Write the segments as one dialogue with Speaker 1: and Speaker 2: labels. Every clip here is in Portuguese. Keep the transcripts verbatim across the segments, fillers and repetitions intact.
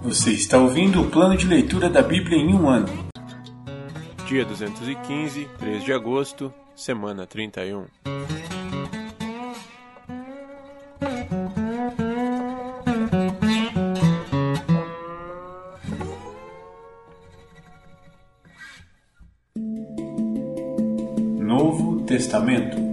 Speaker 1: Você está ouvindo o plano de leitura da Bíblia em um ano.
Speaker 2: Dia duzentos e quinze, três de agosto, semana trinta e um.
Speaker 1: Novo Testamento.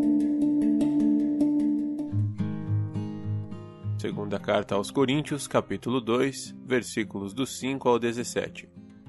Speaker 2: Segunda carta aos Coríntios, capítulo dois, versículos do cinco ao dezessete.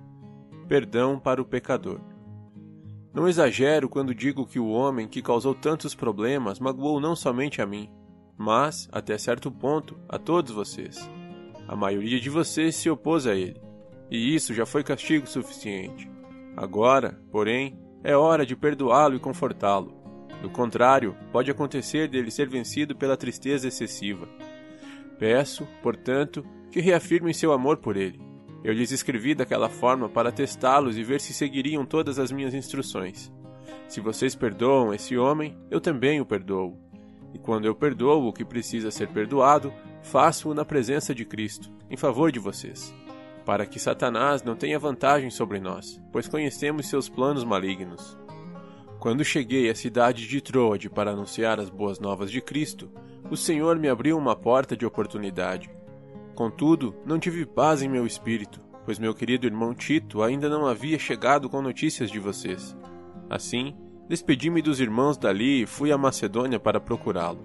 Speaker 2: Perdão para o pecador. Não exagero quando digo que o homem que causou tantos problemas magoou não somente a mim, mas, até certo ponto, a todos vocês. A maioria de vocês se opôs a ele, e isso já foi castigo suficiente. Agora, porém, é hora de perdoá-lo e confortá-lo. Do contrário, pode acontecer dele ser vencido pela tristeza excessiva. Peço, portanto, que reafirmem seu amor por ele. Eu lhes escrevi daquela forma para testá-los e ver se seguiriam todas as minhas instruções. Se vocês perdoam esse homem, eu também o perdoo. E quando eu perdoo o que precisa ser perdoado, faço-o na presença de Cristo, em favor de vocês, para que Satanás não tenha vantagem sobre nós, pois conhecemos seus planos malignos. Quando cheguei à cidade de Troade para anunciar as boas novas de Cristo, o Senhor me abriu uma porta de oportunidade. Contudo, não tive paz em meu espírito, pois meu querido irmão Tito ainda não havia chegado com notícias de vocês. Assim, despedi-me dos irmãos dali e fui à Macedônia para procurá-lo.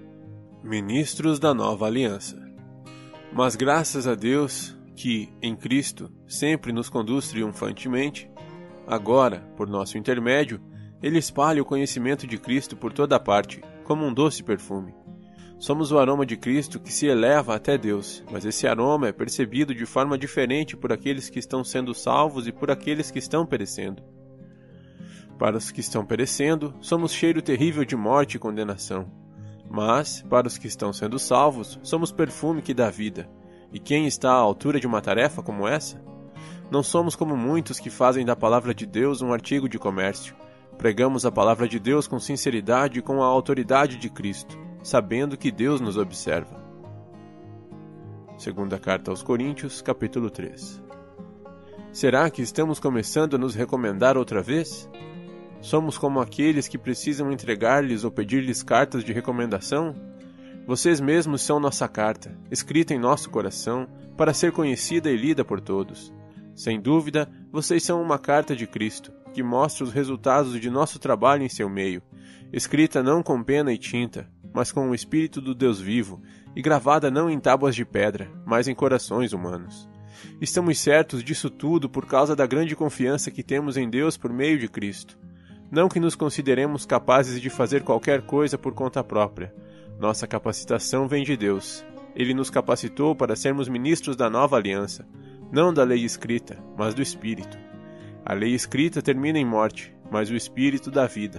Speaker 2: Ministros da Nova Aliança. Mas graças a Deus, que, em Cristo, sempre nos conduz triunfantemente, agora, por nosso intermédio, Ele espalha o conhecimento de Cristo por toda parte, como um doce perfume. Somos o aroma de Cristo que se eleva até Deus, mas esse aroma é percebido de forma diferente por aqueles que estão sendo salvos e por aqueles que estão perecendo. Para os que estão perecendo, somos cheiro terrível de morte e condenação. Mas, para os que estão sendo salvos, somos perfume que dá vida. E quem está à altura de uma tarefa como essa? Não somos como muitos que fazem da palavra de Deus um artigo de comércio. Pregamos a palavra de Deus com sinceridade e com a autoridade de Cristo, sabendo que Deus nos observa. Segunda carta aos Coríntios, capítulo três. Será que estamos começando a nos recomendar outra vez? Somos como aqueles que precisam entregar-lhes ou pedir-lhes cartas de recomendação? Vocês mesmos são nossa carta, escrita em nosso coração, para ser conhecida e lida por todos. Sem dúvida, vocês são uma carta de Cristo, que mostra os resultados de nosso trabalho em seu meio, escrita não com pena e tinta, mas com o Espírito do Deus vivo, e gravada não em tábuas de pedra, mas em corações humanos. Estamos certos disso tudo por causa da grande confiança que temos em Deus por meio de Cristo. Não que nos consideremos capazes de fazer qualquer coisa por conta própria. Nossa capacitação vem de Deus. Ele nos capacitou para sermos ministros da nova aliança, não da lei escrita, mas do Espírito. A lei escrita termina em morte, mas o Espírito dá vida.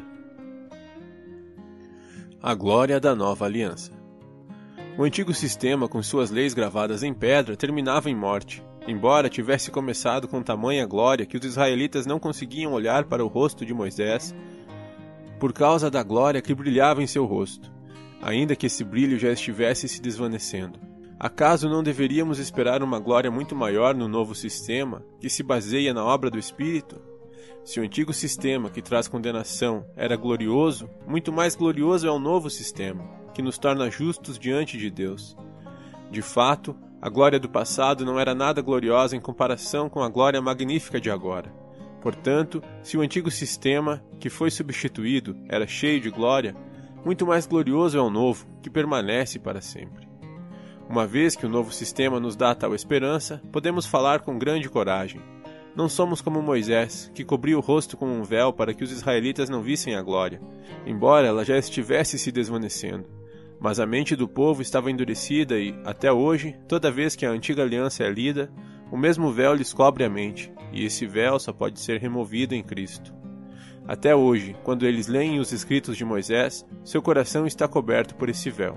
Speaker 2: A glória da nova aliança. O antigo sistema, com suas leis gravadas em pedra, terminava em morte, embora tivesse começado com tamanha glória que os israelitas não conseguiam olhar para o rosto de Moisés por causa da glória que brilhava em seu rosto, ainda que esse brilho já estivesse se desvanecendo. Acaso não deveríamos esperar uma glória muito maior no novo sistema, que se baseia na obra do Espírito? Se o antigo sistema, que traz condenação, era glorioso, muito mais glorioso é o novo sistema, que nos torna justos diante de Deus. De fato, a glória do passado não era nada gloriosa em comparação com a glória magnífica de agora. Portanto, se o antigo sistema, que foi substituído, era cheio de glória, muito mais glorioso é o novo, que permanece para sempre. Uma vez que o novo sistema nos dá tal esperança, podemos falar com grande coragem. Não somos como Moisés, que cobriu o rosto com um véu para que os israelitas não vissem a glória, embora ela já estivesse se desvanecendo. Mas a mente do povo estava endurecida e, até hoje, toda vez que a antiga aliança é lida, o mesmo véu lhes cobre a mente, e esse véu só pode ser removido em Cristo. Até hoje, quando eles leem os escritos de Moisés, seu coração está coberto por esse véu.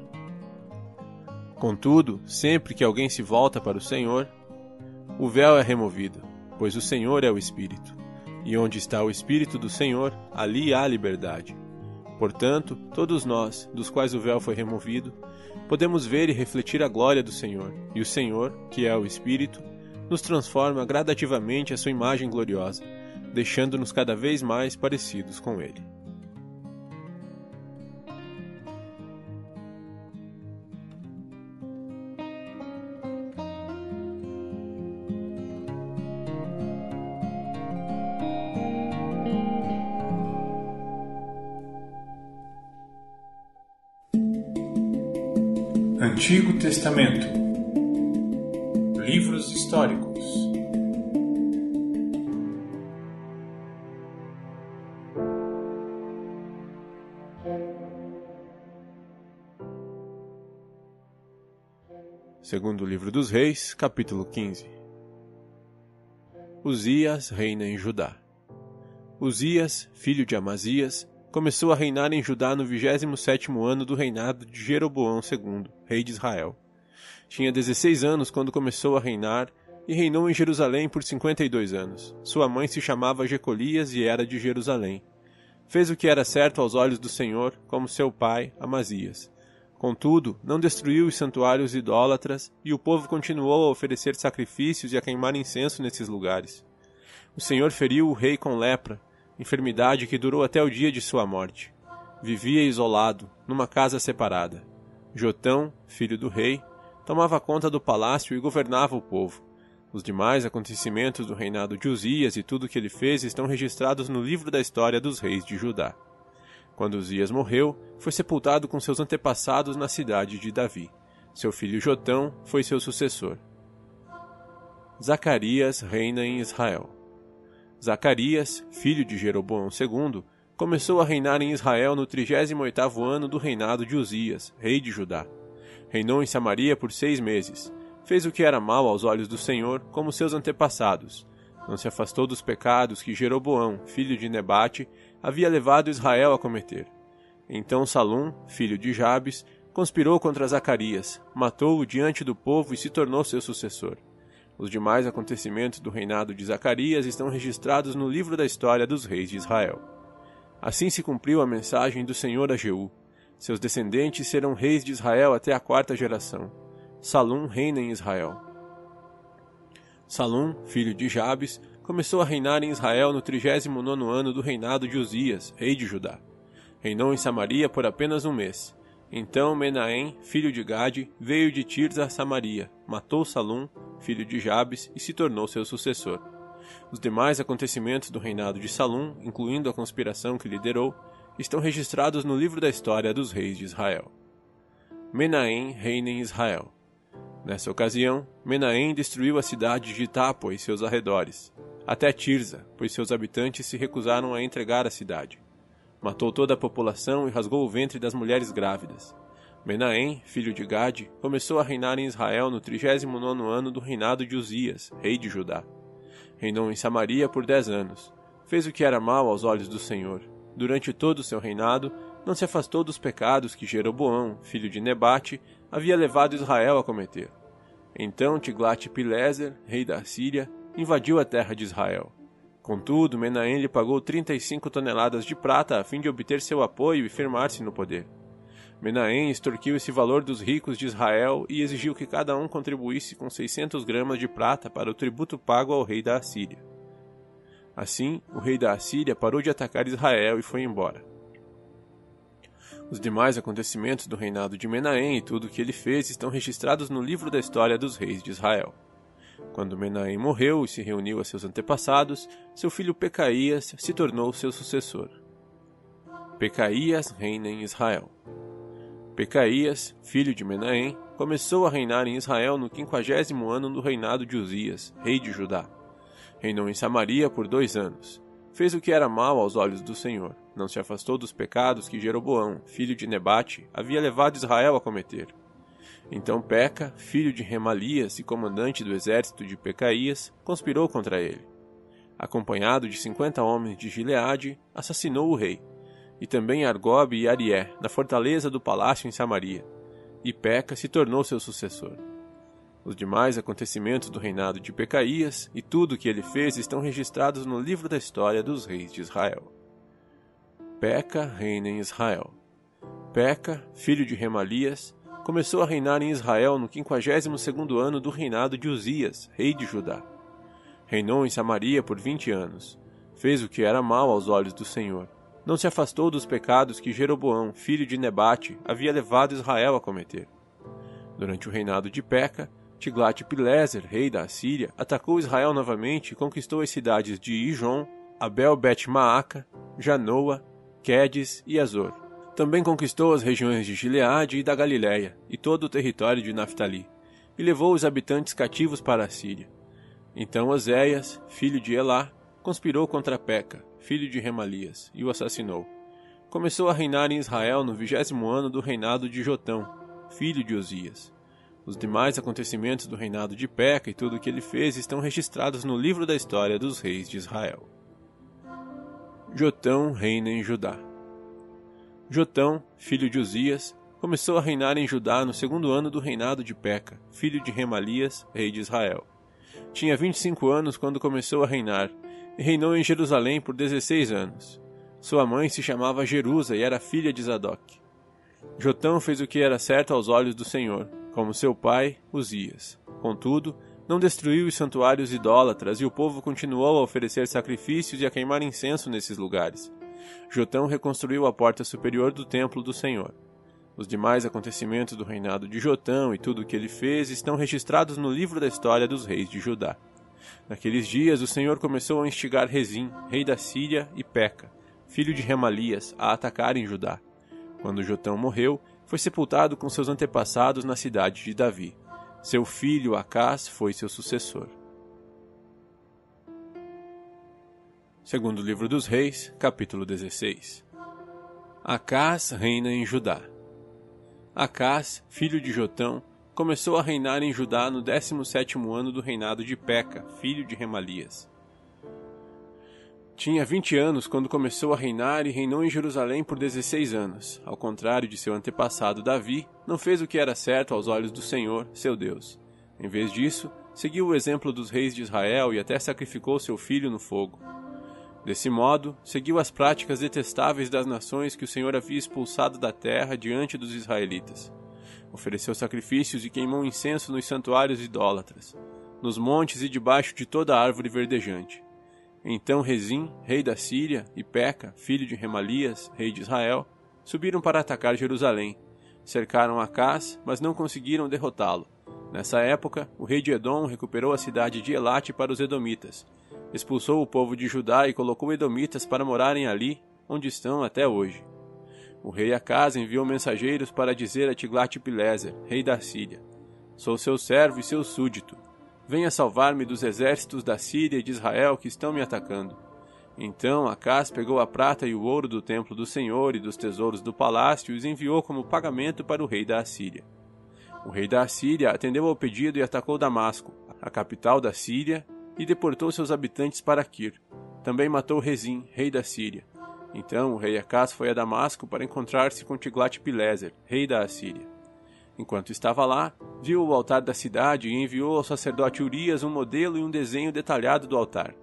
Speaker 2: Contudo, sempre que alguém se volta para o Senhor, o véu é removido, pois o Senhor é o Espírito, e onde está o Espírito do Senhor, ali há liberdade. Portanto, todos nós, dos quais o véu foi removido, podemos ver e refletir a glória do Senhor, e o Senhor, que é o Espírito, nos transforma gradativamente à sua imagem gloriosa, deixando-nos cada vez mais parecidos com Ele.
Speaker 1: Antigo Testamento. Livros históricos.
Speaker 2: Segundo livro dos Reis, capítulo quinze. Uzias reina em Judá. Uzias, filho de Amazias, começou a reinar em Judá no vigésimo sétimo ano do reinado de Jeroboão segundo, rei de Israel. Tinha dezesseis anos quando começou a reinar e reinou em Jerusalém por cinquenta e dois anos. Sua mãe se chamava Jecolias e era de Jerusalém. Fez o que era certo aos olhos do Senhor, como seu pai, Amazias. Contudo, não destruiu os santuários idólatras e o povo continuou a oferecer sacrifícios e a queimar incenso nesses lugares. O Senhor feriu o rei com lepra, enfermidade que durou até o dia de sua morte. Vivia isolado, numa casa separada. Jotão, filho do rei, tomava conta do palácio e governava o povo. Os demais acontecimentos do reinado de Uzias e tudo o que ele fez estão registrados no livro da história dos reis de Judá. Quando Uzias morreu, foi sepultado com seus antepassados na cidade de Davi. Seu filho Jotão foi seu sucessor. Zacarias reina em Israel. Zacarias, filho de Jeroboão segundo, começou a reinar em Israel no trigésimo oitavo ano do reinado de Uzias, rei de Judá. Reinou em Samaria por seis meses. Fez o que era mal aos olhos do Senhor, como seus antepassados. Não se afastou dos pecados que Jeroboão, filho de Nebate, havia levado Israel a cometer. Então Salum, filho de Jabes, conspirou contra Zacarias, matou-o diante do povo e se tornou seu sucessor. Os demais acontecimentos do reinado de Zacarias estão registrados no livro da história dos reis de Israel. Assim se cumpriu a mensagem do Senhor a Jeú. Seus descendentes serão reis de Israel até a quarta geração. Salum reina em Israel. Salum, filho de Jabes, começou a reinar em Israel no trigésimo nono ano do reinado de Uzias, rei de Judá. Reinou em Samaria por apenas um mês. Então Menahem, filho de Gade, veio de Tirza a Samaria, matou Salum, filho de Jabes, e se tornou seu sucessor. Os demais acontecimentos do reinado de Salum, incluindo a conspiração que liderou, estão registrados no livro da história dos reis de Israel. Menahem reina em Israel. Nessa ocasião, Menahem destruiu a cidade de Tápua e seus arredores, até Tirza, pois seus habitantes se recusaram a entregar a cidade. Matou toda a população e rasgou o ventre das mulheres grávidas. Menahem, filho de Gade, começou a reinar em Israel no trigésimo nono ano do reinado de Uzias, rei de Judá. Reinou em Samaria por dez anos. Fez o que era mal aos olhos do Senhor. Durante todo o seu reinado, não se afastou dos pecados que Jeroboão, filho de Nebate, havia levado Israel a cometer. Então Tiglat-Pileser, rei da Assíria, invadiu a terra de Israel. Contudo, Menahem lhe pagou trinta e cinco toneladas de prata a fim de obter seu apoio e firmar-se no poder. Menahem extorquiu esse valor dos ricos de Israel e exigiu que cada um contribuísse com seiscentos gramas de prata para o tributo pago ao rei da Assíria. Assim, o rei da Assíria parou de atacar Israel e foi embora. Os demais acontecimentos do reinado de Menahem e tudo o que ele fez estão registrados no livro da história dos reis de Israel. Quando Menahem morreu e se reuniu a seus antepassados, seu filho Pecaías se tornou seu sucessor. Pecaías reina em Israel. Pecaías, filho de Menahem, começou a reinar em Israel no quinquagésimo ano do reinado de Uzias, rei de Judá. Reinou em Samaria por dois anos. Fez o que era mal aos olhos do Senhor. Não se afastou dos pecados que Jeroboão, filho de Nebate, havia levado Israel a cometer. Então Peca, filho de Remalias e comandante do exército de Pecaías, conspirou contra ele. Acompanhado de cinquenta homens de Gileade, assassinou o rei, e também Argobe e Arié, na fortaleza do palácio em Samaria, e Peca se tornou seu sucessor. Os demais acontecimentos do reinado de Pecaías e tudo o que ele fez estão registrados no livro da história dos reis de Israel. Peca reina em Israel. Peca, filho de Remalias, começou a reinar em Israel no quinquagésimo segundo ano do reinado de Uzias, rei de Judá. Reinou em Samaria por vinte anos. Fez o que era mal aos olhos do Senhor. Não se afastou dos pecados que Jeroboão, filho de Nebate, havia levado Israel a cometer. Durante o reinado de Peca, Tiglat-Pileser, rei da Assíria, atacou Israel novamente e conquistou as cidades de Ijon, Abel-Bet-Maaca, Janoa, Quedes e Azor. Também conquistou as regiões de Gileade e da Galiléia, e todo o território de Naftali, e levou os habitantes cativos para a Síria. Então Oséias, filho de Elá, conspirou contra Peca, filho de Remalias, e o assassinou. Começou a reinar em Israel no vigésimo ano do reinado de Jotão, filho de Uzias. Os demais acontecimentos do reinado de Peca e tudo o que ele fez estão registrados no livro da história dos reis de Israel. Jotão reina em Judá. Jotão, filho de Uzias, começou a reinar em Judá no segundo ano do reinado de Peca, filho de Remalias, rei de Israel. Tinha vinte e cinco anos quando começou a reinar, e reinou em Jerusalém por dezesseis anos. Sua mãe se chamava Jerusa e era filha de Zadok. Jotão fez o que era certo aos olhos do Senhor, como seu pai, Uzias. Contudo, não destruiu os santuários idólatras e o povo continuou a oferecer sacrifícios e a queimar incenso nesses lugares. Jotão reconstruiu a porta superior do templo do Senhor. Os demais acontecimentos do reinado de Jotão e tudo o que ele fez estão registrados no livro da história dos reis de Judá. Naqueles dias o Senhor começou a instigar Rezim, rei da Síria, e Peca, filho de Remalias, a atacarem Judá. Quando Jotão morreu, foi sepultado com seus antepassados na cidade de Davi. Seu filho Acás foi seu sucessor. Segundo livro dos Reis, capítulo dezesseis. Acás reina em Judá. Acás, filho de Jotão, começou a reinar em Judá no décimo sétimo ano do reinado de Peca, filho de Remalias. Tinha vinte anos quando começou a reinar e reinou em Jerusalém por dezesseis anos. Ao contrário de seu antepassado Davi, não fez o que era certo aos olhos do Senhor, seu Deus. Em vez disso, seguiu o exemplo dos reis de Israel e até sacrificou seu filho no fogo. Desse modo, seguiu as práticas detestáveis das nações que o Senhor havia expulsado da terra diante dos israelitas. Ofereceu sacrifícios e queimou incenso nos santuários idólatras, nos montes e debaixo de toda árvore verdejante. Então Rezim, rei da Síria, e Peca, filho de Remalias, rei de Israel, subiram para atacar Jerusalém. Cercaram Acás, mas não conseguiram derrotá-lo. Nessa época, o rei de Edom recuperou a cidade de Elate para os edomitas. Expulsou o povo de Judá e colocou edomitas para morarem ali, onde estão até hoje. O rei Acás enviou mensageiros para dizer a Tiglat-Pileser, rei da Síria: Sou seu servo e seu súdito. Venha salvar-me dos exércitos da Síria e de Israel que estão me atacando. Então Acás pegou a prata e o ouro do templo do Senhor e dos tesouros do palácio e os enviou como pagamento para o rei da Assíria. O rei da Assíria atendeu ao pedido e atacou Damasco, a capital da Síria, e deportou seus habitantes para Quir. Também matou Rezim, rei da Síria. Então o rei Acás foi a Damasco para encontrar-se com Tiglat-Pileser, rei da Assíria. Enquanto estava lá, viu o altar da cidade e enviou ao sacerdote Urias um modelo e um desenho detalhado do altar.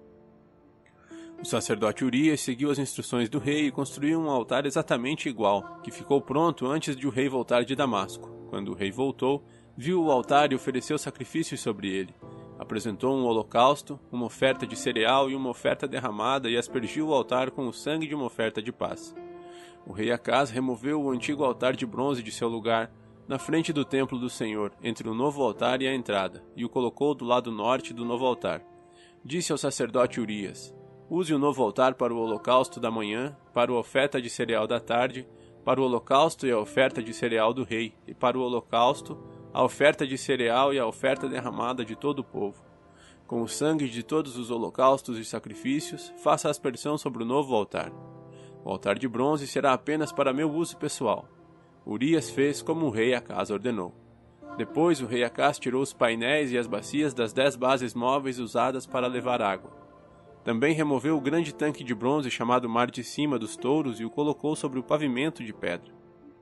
Speaker 2: O sacerdote Urias seguiu as instruções do rei e construiu um altar exatamente igual, que ficou pronto antes de o rei voltar de Damasco. Quando o rei voltou, viu o altar e ofereceu sacrifícios sobre ele. Apresentou um holocausto, uma oferta de cereal e uma oferta derramada e aspergiu o altar com o sangue de uma oferta de paz. O rei Acás removeu o antigo altar de bronze de seu lugar, na frente do templo do Senhor, entre o novo altar e a entrada, e o colocou do lado norte do novo altar. Disse ao sacerdote Urias: Use o novo altar para o holocausto da manhã, para a oferta de cereal da tarde, para o holocausto e a oferta de cereal do rei, e para o holocausto, a oferta de cereal e a oferta derramada de todo o povo. Com o sangue de todos os holocaustos e sacrifícios, faça aspersão sobre o novo altar. O altar de bronze será apenas para meu uso pessoal. Urias fez como o rei Acás ordenou. Depois o rei Acás tirou os painéis e as bacias das dez bases móveis usadas para levar água. Também removeu o grande tanque de bronze chamado Mar de Cima dos Touros e o colocou sobre o pavimento de pedra.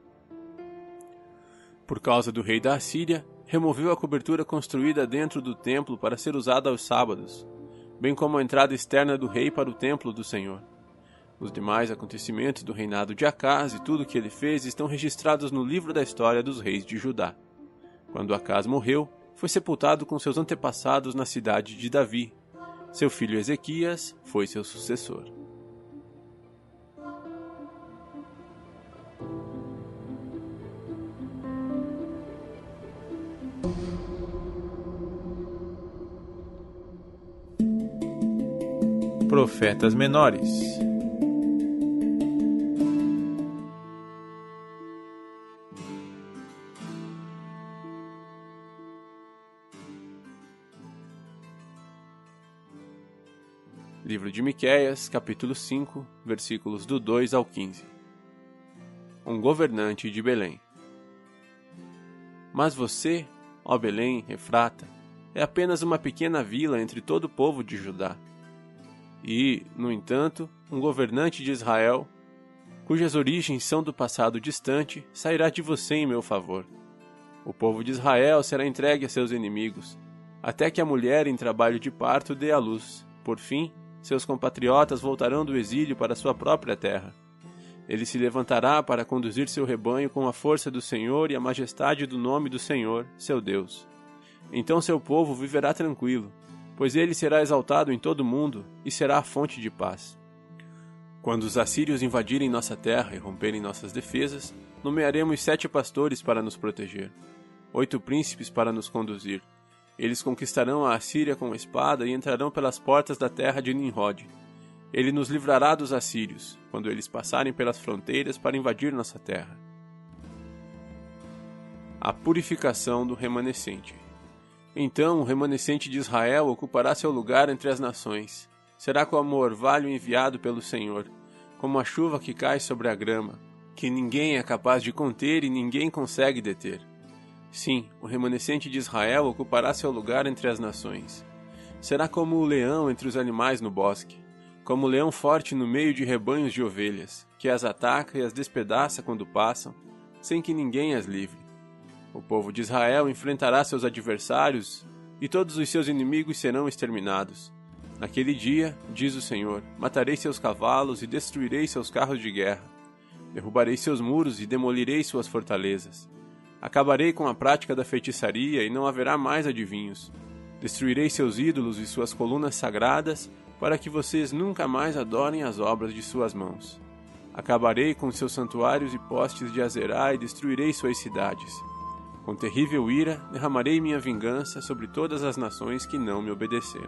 Speaker 2: Por causa do rei da Assíria, removeu a cobertura construída dentro do templo para ser usada aos sábados, bem como a entrada externa do rei para o templo do Senhor. Os demais acontecimentos do reinado de Acaz e tudo o que ele fez estão registrados no livro da história dos reis de Judá. Quando Acaz morreu, foi sepultado com seus antepassados na cidade de Davi. Seu filho Ezequias foi seu sucessor. Profetas menores. Livro de Miqueias, capítulo cinco, versículos do dois ao quinze. Um governante de Belém. Mas você, ó Belém, Efrata, é apenas uma pequena vila entre todo o povo de Judá. E, no entanto, um governante de Israel, cujas origens são do passado distante, sairá de você em meu favor. O povo de Israel será entregue a seus inimigos, até que a mulher em trabalho de parto dê à luz. Por fim, seus compatriotas voltarão do exílio para sua própria terra. Ele se levantará para conduzir seu rebanho com a força do Senhor e a majestade do nome do Senhor, seu Deus. Então seu povo viverá tranquilo, pois ele será exaltado em todo o mundo e será a fonte de paz. Quando os assírios invadirem nossa terra e romperem nossas defesas, nomearemos sete pastores para nos proteger, oito príncipes para nos conduzir. Eles conquistarão a Assíria com a espada e entrarão pelas portas da terra de Nimrod. Ele nos livrará dos assírios, quando eles passarem pelas fronteiras para invadir nossa terra. A purificação do remanescente. Então o remanescente de Israel ocupará seu lugar entre as nações. Será como o orvalho enviado pelo Senhor, como a chuva que cai sobre a grama, que ninguém é capaz de conter e ninguém consegue deter. Sim, o remanescente de Israel ocupará seu lugar entre as nações. Será como o leão entre os animais no bosque, como o leão forte no meio de rebanhos de ovelhas, que as ataca e as despedaça quando passam, sem que ninguém as livre. O povo de Israel enfrentará seus adversários e todos os seus inimigos serão exterminados. Naquele dia, diz o Senhor, matarei seus cavalos e destruirei seus carros de guerra. Derrubarei seus muros e demolirei suas fortalezas. Acabarei com a prática da feitiçaria e não haverá mais adivinhos. Destruirei seus ídolos e suas colunas sagradas para que vocês nunca mais adorem as obras de suas mãos. Acabarei com seus santuários e postes de Azerá e destruirei suas cidades. Com terrível ira, derramarei minha vingança sobre todas as nações que não me obedeceram.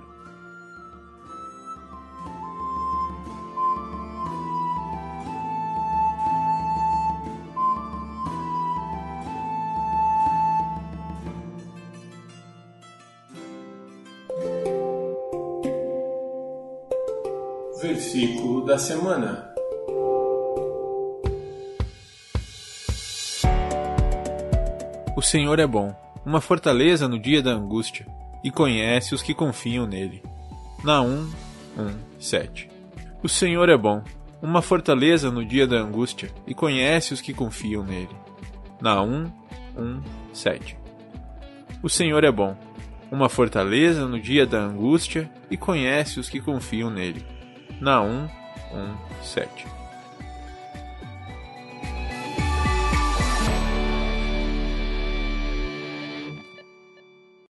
Speaker 1: Versículo da semana.
Speaker 3: O Senhor é bom, uma fortaleza no dia da angústia, e conhece os que confiam nele. Naum um, sete. O Senhor é bom, uma fortaleza no dia da angústia, e conhece os que confiam nele. Naum um, sete. O Senhor é bom, uma fortaleza no dia da angústia, e conhece os que confiam nele. Naum um, sete.